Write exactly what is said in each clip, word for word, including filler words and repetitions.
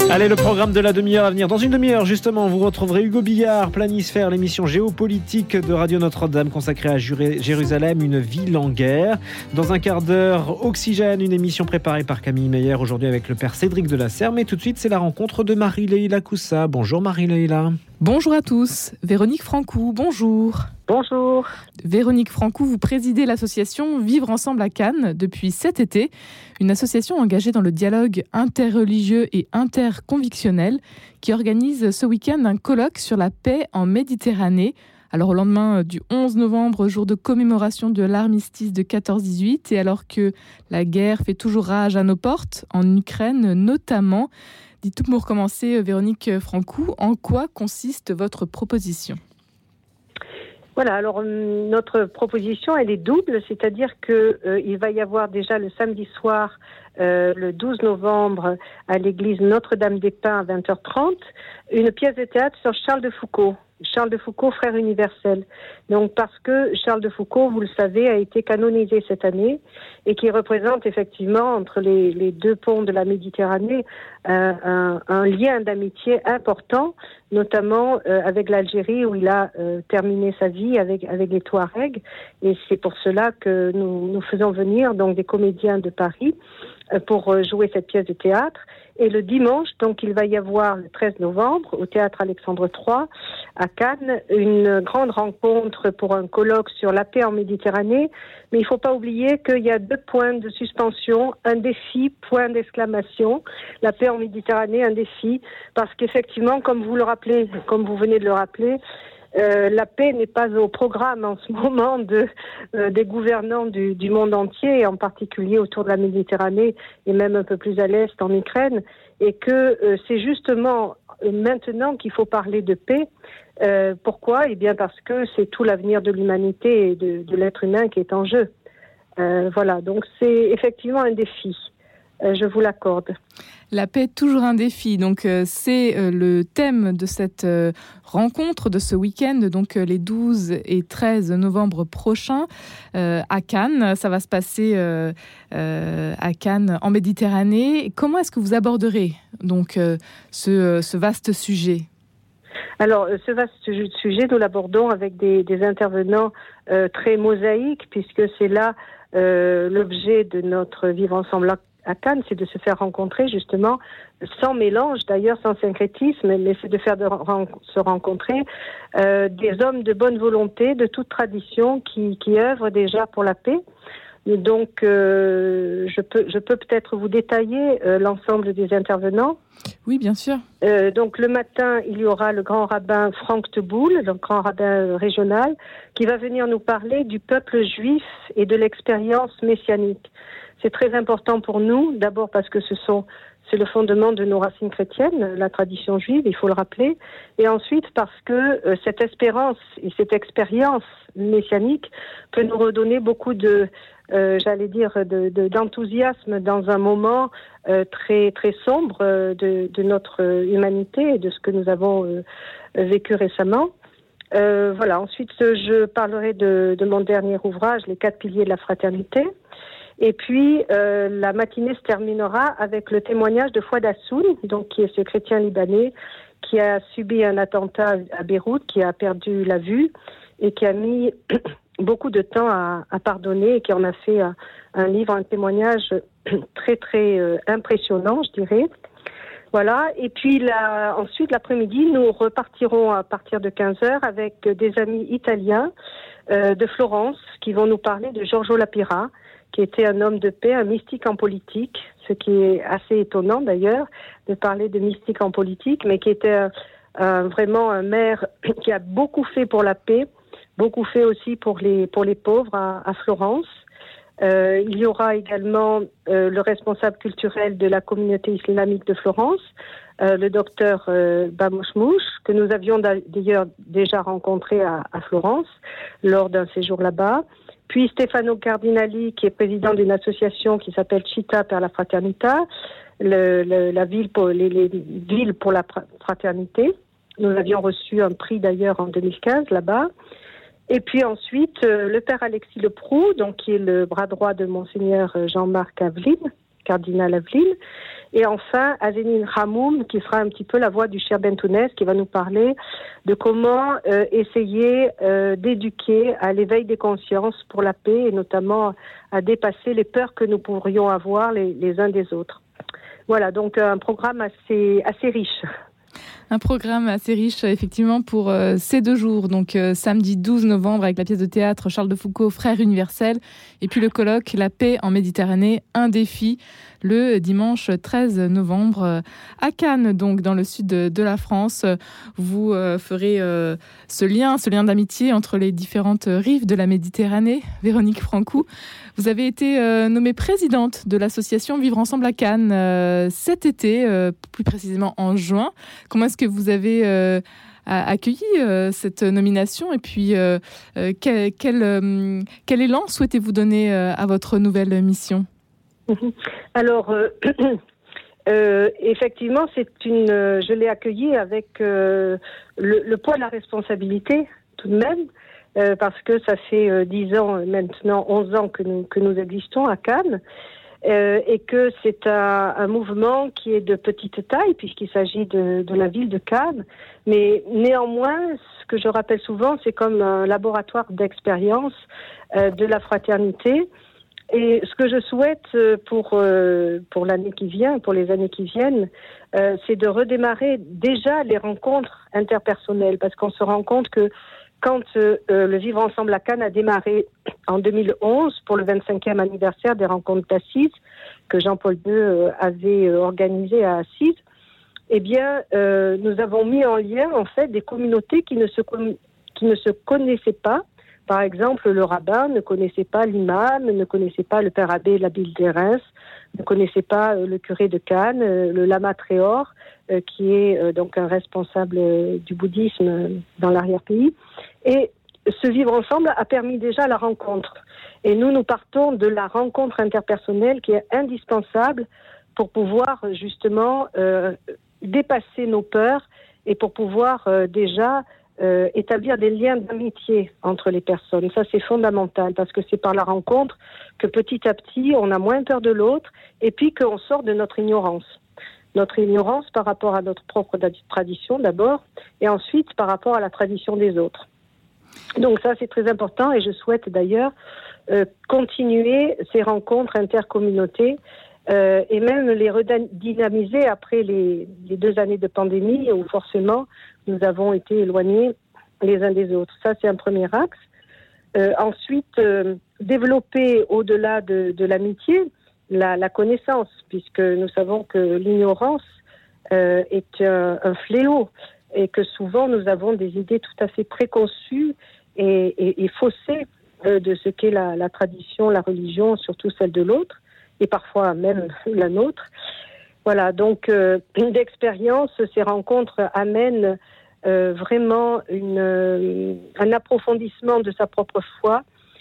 Allez, le programme de la demi-heure à venir. Dans une demi-heure, justement, vous retrouverez Hugo Billard, Planisphère, l'émission géopolitique de Radio Notre-Dame consacrée à Jérusalem, une ville en guerre. Dans un quart d'heure, Oxygène, une émission préparée par Camille Meyer, aujourd'hui avec le père Cédric de la Serre. Mais tout de suite, c'est la rencontre de Marie-Leïla Coussa. Bonjour Marie-Leïla. Bonjour à tous. Véronique Francou, bonjour. Bonjour. Véronique Francou, vous présidez l'association Vivre Ensemble à Cannes depuis cet été, une association engagée dans le dialogue interreligieux et interconvictionnel qui organise ce week-end un colloque sur la paix en Méditerranée. Alors au lendemain du onze novembre, jour de commémoration de l'armistice de quatorze dix-huit, et alors que la guerre fait toujours rage à nos portes, en Ukraine notamment. Dites-tout pour commencer, Véronique Francou, en quoi consiste votre proposition ? Voilà, alors notre proposition, elle est double, c'est-à-dire que euh, il va y avoir déjà le samedi soir, euh, le douze novembre, à l'église Notre-Dame-des-Pins à vingt heures trente, une pièce de théâtre sur Charles de Foucault. Charles de Foucault, frère universel. Donc parce que Charles de Foucault, vous le savez, a été canonisé cette année et qui représente effectivement entre les, les deux ponts de la Méditerranée euh, un, un lien d'amitié important, notamment euh, avec l'Algérie où il a euh, terminé sa vie avec avec les Touaregs. Et c'est pour cela que nous nous faisons venir donc des comédiens de Paris euh, pour jouer cette pièce de théâtre. Et le dimanche, donc, il va y avoir le treize novembre, au théâtre Alexandre trois, à Cannes, une grande rencontre pour un colloque sur la paix en Méditerranée. Mais il ne faut pas oublier qu'il y a deux points de suspension, un défi, point d'exclamation. La paix en Méditerranée, un défi, parce qu'effectivement, comme vous le rappelez, comme vous venez de le rappeler, Euh, la paix n'est pas au programme en ce moment de, euh, des gouvernants du, du monde entier, et en particulier autour de la Méditerranée et même un peu plus à l'est en Ukraine, et que euh, c'est justement maintenant qu'il faut parler de paix. Euh, pourquoi ? Eh bien parce que c'est tout l'avenir de l'humanité et de, de l'être humain qui est en jeu. Euh, voilà, donc c'est effectivement un défi. Euh, je vous l'accorde. La paix, toujours un défi. Donc, euh, c'est euh, le thème de cette euh, rencontre, de ce week-end, donc euh, les douze et treize novembre prochains euh, à Cannes. Ça va se passer euh, euh, à Cannes, en Méditerranée. Comment est-ce que vous aborderez donc euh, ce, ce vaste sujet ? Alors, ce vaste sujet, nous l'abordons avec des, des intervenants euh, très mosaïques, puisque c'est là euh, l'objet de notre Vivre Ensemble à Cannes, c'est de se faire rencontrer justement, sans mélange d'ailleurs, sans syncrétisme, mais c'est de faire de ren- se rencontrer euh, des hommes de bonne volonté, de toute tradition, qui, qui œuvrent déjà pour la paix. Donc, euh, je peux, je peux peut-être vous détailler euh, l'ensemble des intervenants. Oui, bien sûr. Euh, donc, le matin, il y aura le grand rabbin Franck Teboul, le grand rabbin régional, qui va venir nous parler du peuple juif et de l'expérience messianique. C'est très important pour nous, d'abord parce que ce sont, c'est le fondement de nos racines chrétiennes, la tradition juive, il faut le rappeler, et ensuite parce que euh, cette espérance et cette expérience messianique peut nous redonner beaucoup de, euh, j'allais dire, de, de, d'enthousiasme dans un moment euh, très très sombre euh, de, de notre humanité et de ce que nous avons euh, vécu récemment. Euh, voilà. Ensuite, je parlerai de, de mon dernier ouvrage, Les quatre piliers de la fraternité. Et puis, euh, la matinée se terminera avec le témoignage de Fouad Hassoun, donc qui est ce chrétien libanais qui a subi un attentat à Beyrouth, qui a perdu la vue et qui a mis beaucoup de temps à, à pardonner et qui en a fait un, un livre, un témoignage très très euh, impressionnant, je dirais. Voilà. Et puis là, ensuite, l'après-midi, nous repartirons à partir de quinze heures avec des amis italiens euh, de Florence qui vont nous parler de Giorgio Lapira, qui était un homme de paix, un mystique en politique, ce qui est assez étonnant d'ailleurs, de parler de mystique en politique, mais qui était un, un, vraiment un maire qui a beaucoup fait pour la paix, beaucoup fait aussi pour les, pour les pauvres à, à Florence. Euh, il y aura également euh, le responsable culturel de la communauté islamique de Florence, euh, le docteur euh, Bamouchmouch, que nous avions d'ailleurs déjà rencontré à, à Florence lors d'un séjour là-bas. Puis Stefano Cardinali, qui est président d'une association qui s'appelle Città per la Fraternità, le, le, la ville pour, les, les villes pour la fraternité. Nous avions reçu un prix d'ailleurs en deux mille quinze là-bas. Et puis ensuite, euh, le père Alexis Leproux, donc qui est le bras droit de Monseigneur Jean-Marc Aveline, cardinal Aveline. Et enfin, Azenine Hamoum, qui sera un petit peu la voix du Cher Bentounès, qui va nous parler de comment euh, essayer euh, d'éduquer à l'éveil des consciences pour la paix et notamment à dépasser les peurs que nous pourrions avoir les, les uns des autres. Voilà, donc un programme assez, assez riche. Un programme assez riche, effectivement, pour euh, ces deux jours. Donc, euh, samedi douze novembre, avec la pièce de théâtre Charles de Foucault, Frères universels. Et puis le colloque La paix en Méditerranée, un défi, le dimanche treize novembre euh, à Cannes, donc dans le sud de, de la France. Vous euh, ferez euh, ce lien, ce lien d'amitié entre les différentes rives de la Méditerranée. Véronique Francou, vous avez été euh, nommée présidente de l'association Vivre Ensemble à Cannes euh, cet été, euh, plus précisément en juin. Comment est-ce que vous avez euh, accueilli euh, cette nomination et puis euh, euh, quel, quel, euh, quel élan souhaitez-vous donner euh, à votre nouvelle mission ? Alors, euh, euh, effectivement, c'est une, euh, je l'ai accueillie avec euh, le, le poids de la responsabilité tout de même, euh, parce que ça fait euh, dix ans, maintenant onze ans que nous, que nous existons à Cannes. Euh, et que c'est un, un mouvement qui est de petite taille puisqu'il s'agit de, de la ville de Cannes, mais néanmoins, ce que je rappelle souvent, c'est comme un laboratoire d'expérience euh, de la fraternité. Et ce que je souhaite pour euh, pour l'année qui vient, pour les années qui viennent, euh, c'est de redémarrer déjà les rencontres interpersonnelles, parce qu'on se rend compte que quand euh, le Vivre Ensemble à Cannes a démarré en deux mille onze pour le vingt-cinquième anniversaire des rencontres d'Assise que Jean-Paul deux euh, avait euh, organisé à Assise, eh bien, euh, nous avons mis en lien en fait des communautés qui ne se qui ne se connaissaient pas. Par exemple, le rabbin ne connaissait pas l'imam, ne connaissait pas le père abbé de la ville de Reims, ne connaissait pas euh, le curé de Cannes, euh, le lama Tréor, euh, qui est euh, donc un responsable euh, du bouddhisme euh, dans l'arrière-pays. Et ce vivre ensemble a permis déjà la rencontre. Et nous, nous partons de la rencontre interpersonnelle qui est indispensable pour pouvoir justement euh, dépasser nos peurs et pour pouvoir euh, déjà euh, établir des liens d'amitié entre les personnes. Ça, c'est fondamental parce que c'est par la rencontre que petit à petit, on a moins peur de l'autre et puis qu'on sort de notre ignorance. Notre ignorance par rapport à notre propre tradition d'abord et ensuite par rapport à la tradition des autres. Donc ça, c'est très important et je souhaite d'ailleurs euh, continuer ces rencontres intercommunautés euh, et même les redynamiser après les, les deux années de pandémie où forcément nous avons été éloignés les uns des autres. Ça, c'est un premier axe. Euh, ensuite, euh, développer au-delà de, de l'amitié la, la connaissance, puisque nous savons que l'ignorance euh, est un, un fléau et que souvent nous avons des idées tout à fait préconçues et, et, et faussées euh, de ce qu'est la, la tradition, la religion, surtout celle de l'autre, et parfois même la nôtre. Voilà, donc euh, d'expérience, ces rencontres amènent euh, vraiment une, euh, un approfondissement de sa propre foi.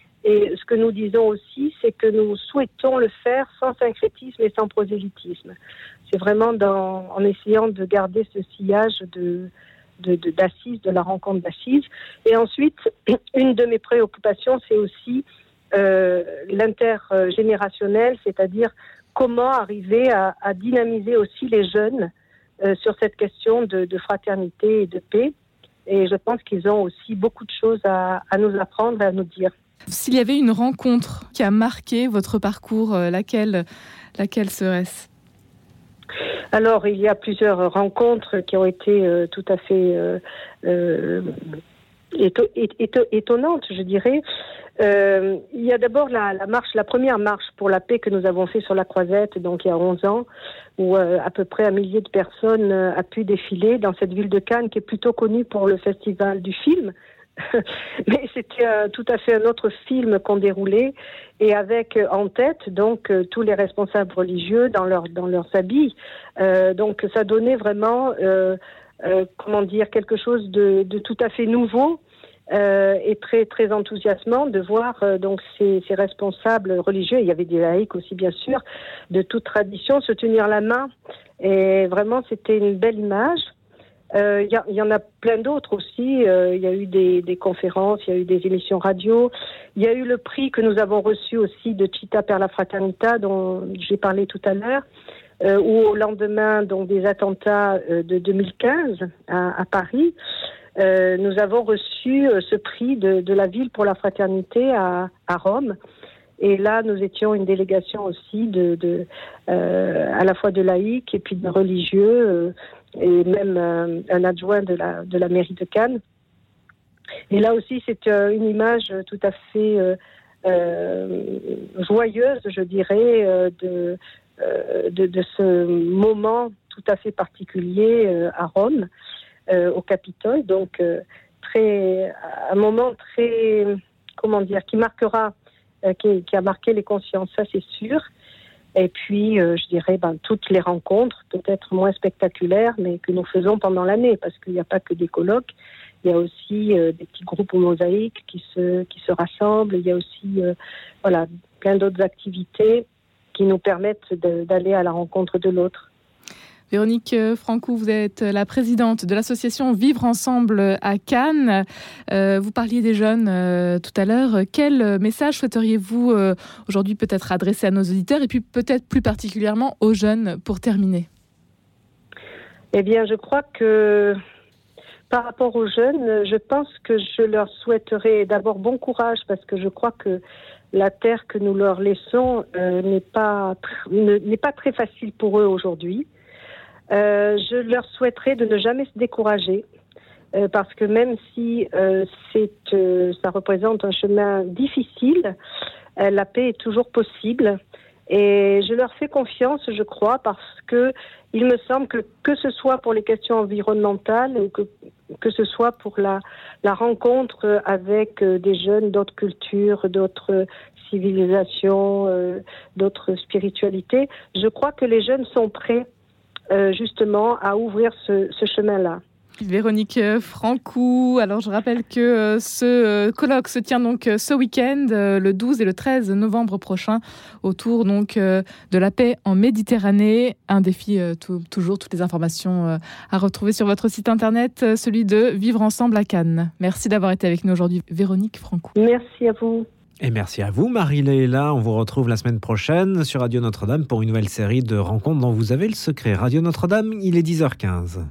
Et ce que nous disons aussi, c'est que nous souhaitons le faire sans syncrétisme et sans prosélytisme. C'est vraiment dans, en essayant de garder ce sillage de, de, de, d'assises, de la rencontre d'assises. Et ensuite, une de mes préoccupations, c'est aussi euh, l'intergénérationnel, c'est-à-dire comment arriver à, à dynamiser aussi les jeunes euh, sur cette question de, de fraternité et de paix. Et je pense qu'ils ont aussi beaucoup de choses à, à nous apprendre et à nous dire. S'il y avait une rencontre qui a marqué votre parcours, euh, laquelle, laquelle serait-ce ? Alors, il y a plusieurs rencontres qui ont été euh, tout à fait euh, euh, éto- éto- étonnantes, je dirais. Euh, il y a d'abord la, la marche, la première marche pour la paix que nous avons fait sur la Croisette, donc il y a onze ans, où euh, à peu près un millier de personnes euh, a pu défiler dans cette ville de Cannes qui est plutôt connue pour le festival du film. Mais c'était euh, tout à fait un autre film qu'on déroulait et avec euh, en tête donc euh, tous les responsables religieux dans leur dans leurs habits. Euh, donc ça donnait vraiment euh, euh, comment dire quelque chose de, de tout à fait nouveau euh, et très très enthousiasmant de voir euh, donc ces, ces responsables religieux. Il y avait des laïcs aussi bien sûr de toute tradition se tenir la main et vraiment c'était une belle image. Euh, y, a, y en a plein d'autres aussi. Il euh, y a eu des, des conférences, il y a eu des émissions radio. Il y a eu le prix que nous avons reçu aussi de Città per la Fraternità, dont j'ai parlé tout à l'heure, euh, où au lendemain donc, des attentats euh, de deux mille quinze à, à Paris, euh, nous avons reçu euh, ce prix de, de la ville pour la fraternité à, à Rome. Et là, nous étions une délégation aussi de, de euh, à la fois de laïcs et puis de religieux, euh, et même euh, un adjoint de la, de la mairie de Cannes. Et là aussi, c'est euh, une image tout à fait euh, euh, joyeuse, je dirais, euh, de, euh, de, de ce moment tout à fait particulier euh, à Rome, euh, au Capitole. Donc, euh, très, un moment très, comment dire, qui marquera, euh, qui, qui a marqué les consciences, ça c'est sûr. Et puis, euh, je dirais, ben, toutes les rencontres, peut-être moins spectaculaires, mais que nous faisons pendant l'année, parce qu'il n'y a pas que des colloques, il y a aussi euh, des petits groupes au mosaïque qui se, qui se rassemblent, il y a aussi euh, voilà, plein d'autres activités qui nous permettent de, d'aller à la rencontre de l'autre. Véronique Francou, vous êtes la présidente de l'association Vivre Ensemble à Cannes. Euh, vous parliez des jeunes euh, tout à l'heure. Quel message souhaiteriez-vous euh, aujourd'hui peut-être adresser à nos auditeurs et puis peut-être plus particulièrement aux jeunes pour terminer ? Eh bien, je crois que par rapport aux jeunes, je pense que je leur souhaiterais d'abord bon courage parce que je crois que la terre que nous leur laissons euh, n'est pas, n'est pas très facile pour eux aujourd'hui. Euh, je leur souhaiterais de ne jamais se décourager euh, parce que même si euh, c'est, euh, ça représente un chemin difficile, euh, la paix est toujours possible et je leur fais confiance, je crois, parce que il me semble que que ce soit pour les questions environnementales ou que que ce soit pour la la rencontre avec euh, des jeunes d'autres cultures, d'autres civilisations, euh, d'autres spiritualités, je crois que les jeunes sont prêts Euh, justement à ouvrir ce, ce chemin-là. Véronique Francou, alors je rappelle que euh, ce euh, colloque se tient donc euh, ce week-end, euh, le douze et le treize novembre prochain, autour donc euh, de la paix en Méditerranée. Un défi, euh, tout, toujours, toutes les informations euh, à retrouver sur votre site internet, euh, celui de Vivre Ensemble à Cannes. Merci d'avoir été avec nous aujourd'hui, Véronique Francou. Merci à vous. Et merci à vous, Marie-Léla. On vous retrouve la semaine prochaine sur Radio Notre-Dame pour une nouvelle série de rencontres dont vous avez le secret. Radio Notre-Dame, il est dix heures quinze.